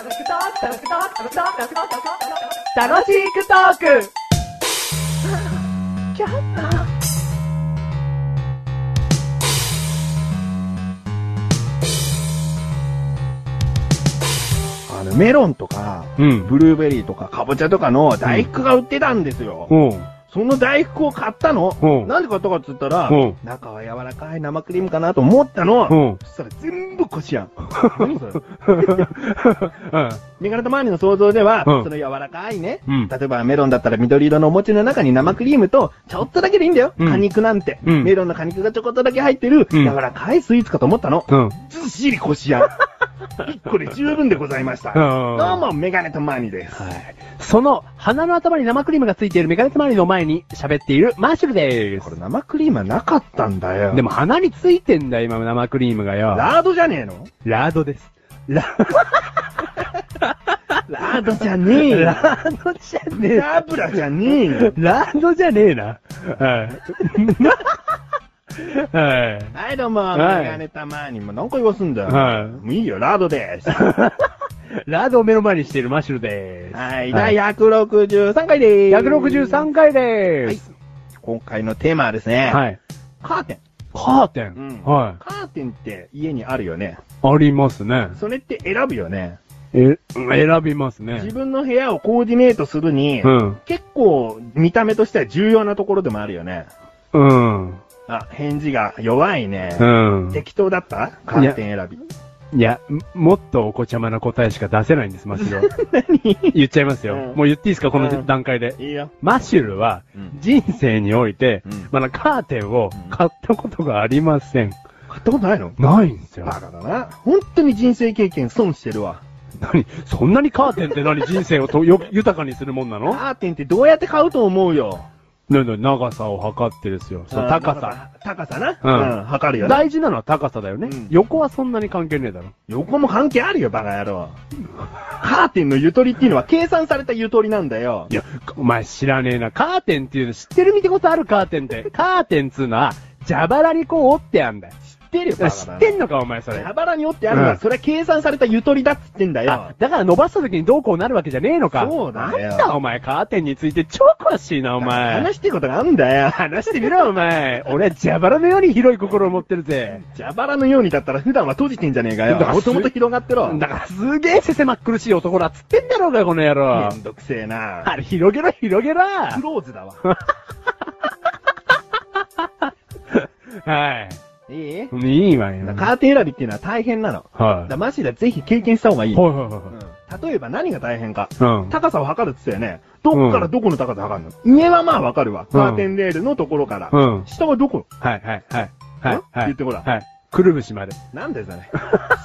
楽しくトーク。 メロンとか、 うん。 ブルーベリーとか、かぼちゃとかの大福が売ってたんですよ。その大福を買ったの。なんで買ったかって言ったら、中は柔らかい生クリームかなと思ったの。そしたら全部こしあん。何それメガネと周りの想像では、その柔らかいね、例えばメロンだったら緑色のお餅の中に生クリームと、ちょっとだけでいいんだよ。果肉なんて。メロンの果肉がちょこっとだけ入ってる、柔らかいスイーツかと思ったの。ずっしりこしあん。1個で十分でございました。どうも、メガネとマーニです。 その、鼻の頭に生クリームがついているメガネとマーニの前に喋っているマッシュルでーす。 これ生クリームはなかったんだよ。 でも鼻についてんだよ、今生クリームがよ。 ラードじゃねえの？ ラードです。ラードじゃねえよ。 ラードじゃねえ。 油じゃねえよ。 ラードじゃねえな。はい。 はい、どうも、メガネたまにも何個言わすんだよ。もういいよ、ラードです。 ラードを目の前にしているマッシュルでーす。 はい、第163回でーす。 163回でーす。 今回のテーマはですね。 はい。 カーテン。 カーテン。 はい。カーテンって家にあるよね。 ありますね。 それって選ぶよね。 選びますね。 自分の部屋をコーディネートするに、結構見た目としては重要なところでもあるよね。あ、返事が弱いね。適当だったカーテン選び。 いや、もっとお子ちゃまな答えしか出せないんです、マッシュル。 何言っちゃいますよ。もう言っていいですか、この段階で。 いいよ。 マッシュルは、人生において、まだカーテンを買ったことがありません。 買ったことないの？ ないんですよ。 バカだな。本当に人生経験損してるわ。 そんなにカーテンって人生を豊かにするもんなの？ カーテンってどうやって買うと思うよ。 長さを測ってですよ。高さ。 高さな。測るよね。 大事なのは高さだよね。横はそんなに関係ねえだろ。 横も関係あるよ、バカ野郎。カーテンのゆとりっていうのは計算されたゆとりなんだよ。 いや、お前知らねえな。カーテンっていうの知ってる見てことあるカーテンって。カーテンつうのは、蛇腹にこう折ってあんだよ。知ってんのかお前それ。 蛇腹に折ってあるのは、それは計算されたゆとりだっつってんだよ。 だから伸ばした時にどうこうなるわけじゃねえのか。 そうだよ。 なんだお前、カーテンについて超詳しいなお前。 話してることがあんだよ。 話してみろお前。俺は蛇腹のように広い心を持ってるぜ。 蛇腹のようにだったら普段は閉じてんじゃねえかよ。もともと広がってろ。 だからすげえ狭っ苦しい男だっつってんだろうがこの野郎。 めんどくせえな。 あれ広げろ。クローズだわ。 はい。 いいわよ。 カーテン選びっていうのは大変なの。マジでぜひ経験した方がいい。例えば何が大変か。高さを測るって言ったよね。どこからどこの高さ測るの？上はまあわかるわ。カーテンレールのところから。下はどこ？ はい。 言ってごらん。 はい。くるぶしまで。 なんでだね。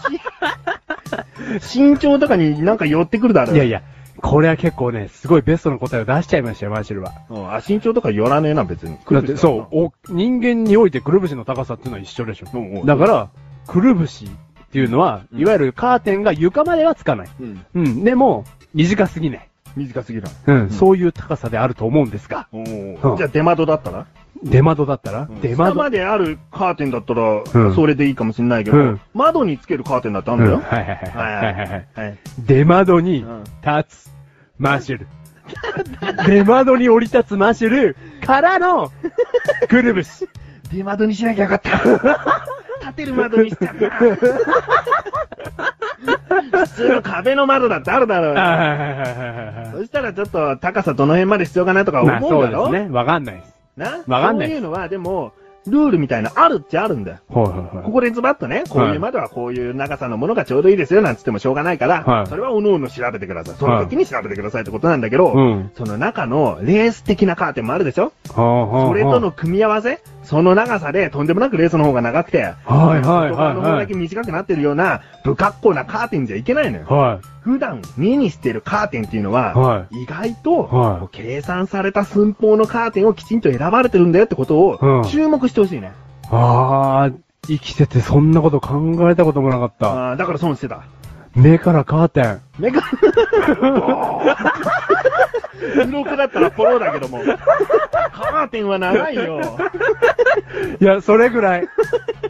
身長とかになんか寄ってくるだろ。 いや。これは結構ね、すごいベストの答えを出しちゃいましたよ、マーシルは。 身長とか寄らねえな、別に。 だってそう、人間においてくるぶしの高さっていうのは一緒でしょ。だから、くるぶしっていうのは、いわゆるカーテンが床まではつかない。でも、短すぎない。 短すぎない。 そういう高さであると思うんですが。 じゃあ出窓だったら出窓だったら下まであるカーテンだったら、それでいいかもしれないけど、窓につけるカーテンだってあるんだよ。 はい。出窓に立つマッシュル。出窓に降り立つマッシュルからのくるぶし。 出窓にしなきゃよかった。立てる窓にしちゃった。普通の壁の窓だってあるだろう。そしたらちょっと高さどの辺まで必要かなとか思うだろ。 そうですね。わかんないです。わかんない。 そういうのはでも、ルールみたいなあるっちゃあるんだよ。ここでズバッとね、こういう窓はこういう長さのものがちょうどいいですよなんつってもしょうがないから、それはおのおの調べてください。その時に調べてくださいってことなんだけど、その中のレース的なカーテンもあるでしょ？それとの組み合わせ？その長さでとんでもなくレースの方が長くて、外側の方だけ短くなってるような不格好なカーテンじゃいけないのよ。普段目にしてるカーテンっていうのは、意外と、計算された寸法のカーテンをきちんと選ばれてるんだよってことを注目してほしいね。 生きててそんなこと考えたこともなかった。 だから損してた。 目からカーテン。 目から付録だったらポロだけども。カーテンは長いよ。 いや、それぐらい。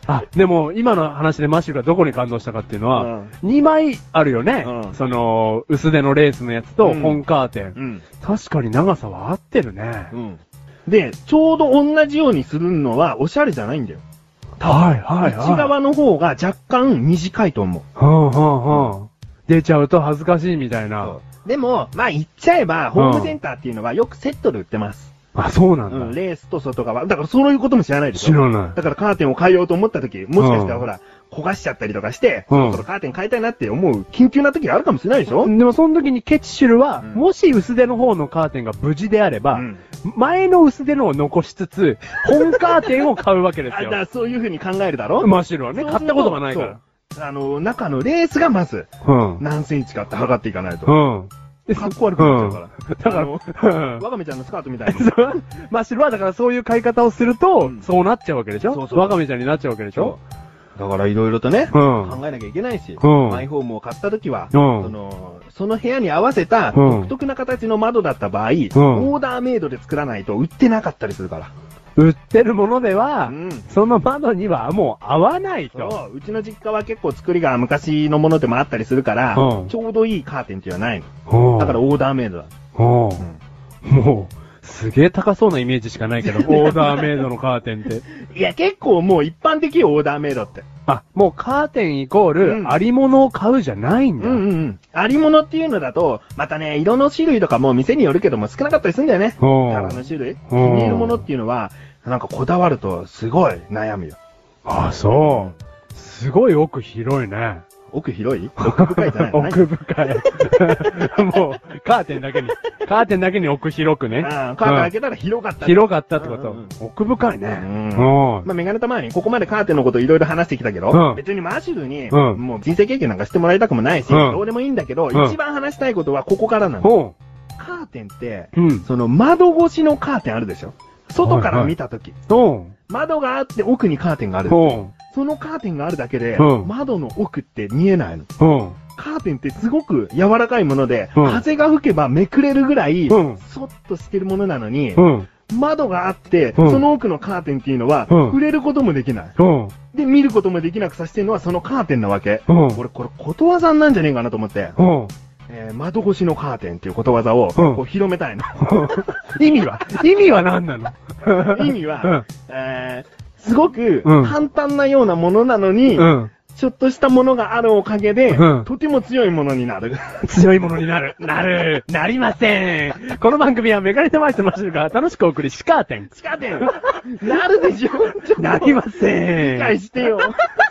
あ、でも、今の話でマシュルがどこに感動したかっていうのは、2枚あるよね。その、薄手のレースのやつと本カーテン。確かに長さは合ってるね。 で、ちょうど同じようにするのは、おしゃれじゃないんだよ。 はいはいはい。 内側の方が若干短いと思う。出ちゃうと恥ずかしいみたいな。 でも、まあ言っちゃえば、ホームセンターっていうのはよくセットで売ってます。 あ、そうなんだ。 レースと外側。だからそういうことも知らないでしょ。 知らない。 だからカーテンを変えようと思った時、もしかしたらほら、焦がしちゃったりとかして、そろそろカーテン変えたいなって思う緊急な時があるかもしれないでしょ。 でもその時にケチシュルは、もし薄手の方のカーテンが無事であれば、前の薄手のを残しつつ、本カーテンを買うわけですよ。 だからそういう風に考えるだろ。 マシュルはね、買ったことがないから。 中のレースがまず、何センチかって測っていかないと。かっこ悪くなっちゃうから。だから、ワカメちゃんのスカートみたいな。 マシュルはだからそういう買い方をすると、そうなっちゃうわけでしょ。ワカメちゃんになっちゃうわけでしょ。 だからいろいろとね、考えなきゃいけないし、マイホームを買った時は、その部屋に合わせた独特な形の窓だった場合、オーダーメイドで作らないと売ってなかったりするから。 売ってるものでは、その窓にはもう合わないと。 そう、うちの実家は結構作りが昔のものでもあったりするから、ちょうどいいカーテンっていうのはないの。だからオーダーメイドだ。もう、すげえ高そうなイメージしかないけど、オーダーメイドのカーテンって。 いや、結構もう一般的よ、オーダーメイドって。 あ、もうカーテンイコール、ありものを買うじゃないんだ。 ありものっていうのだと、またね、色の種類とかも店によるけども少なかったりするんだよね。柄の種類。気に入るものっていうのは、なんかこだわるとすごい悩むよ。 あ、そう。すごい奥広いね。 奥広い？奥深いじゃないの？ 奥深い。もう、カーテンだけに奥広くね。 カーテン開けたら広かった。 広かったってこと。奥深いね。 まあ、メガネたまにここまでカーテンのこといろいろ話してきたけど、別にマシュルに、もう人生経験なんかしてもらいたくもないし、どうでもいいんだけど、一番話したいことはここからなの。カーテンって、その窓越しのカーテンあるでしょ？外から見たとき。窓があって奥にカーテンがある。そのカーテンがあるだけで、窓の奥って見えないの。カーテンってすごく柔らかいもので、風が吹けばめくれるぐらい、そっとしてるものなのに、窓があって、その奥のカーテンっていうのは、触れることもできない。で、見ることもできなくさせてるのはそのカーテンなわけ。俺、これことわざなんじゃねえかなと思って。窓越しのカーテンっていうことわざを、こう広めたいの。 意味は何なの？ 意味は、すごく簡単なようなものなのに、ちょっとしたものがあるおかげで、とても強いものになる。 強いものになる。なりません。この番組はメガネとマイスマシュルが楽しく送り、シカーテン。 なるでしょ？ なりません。 理解してよ。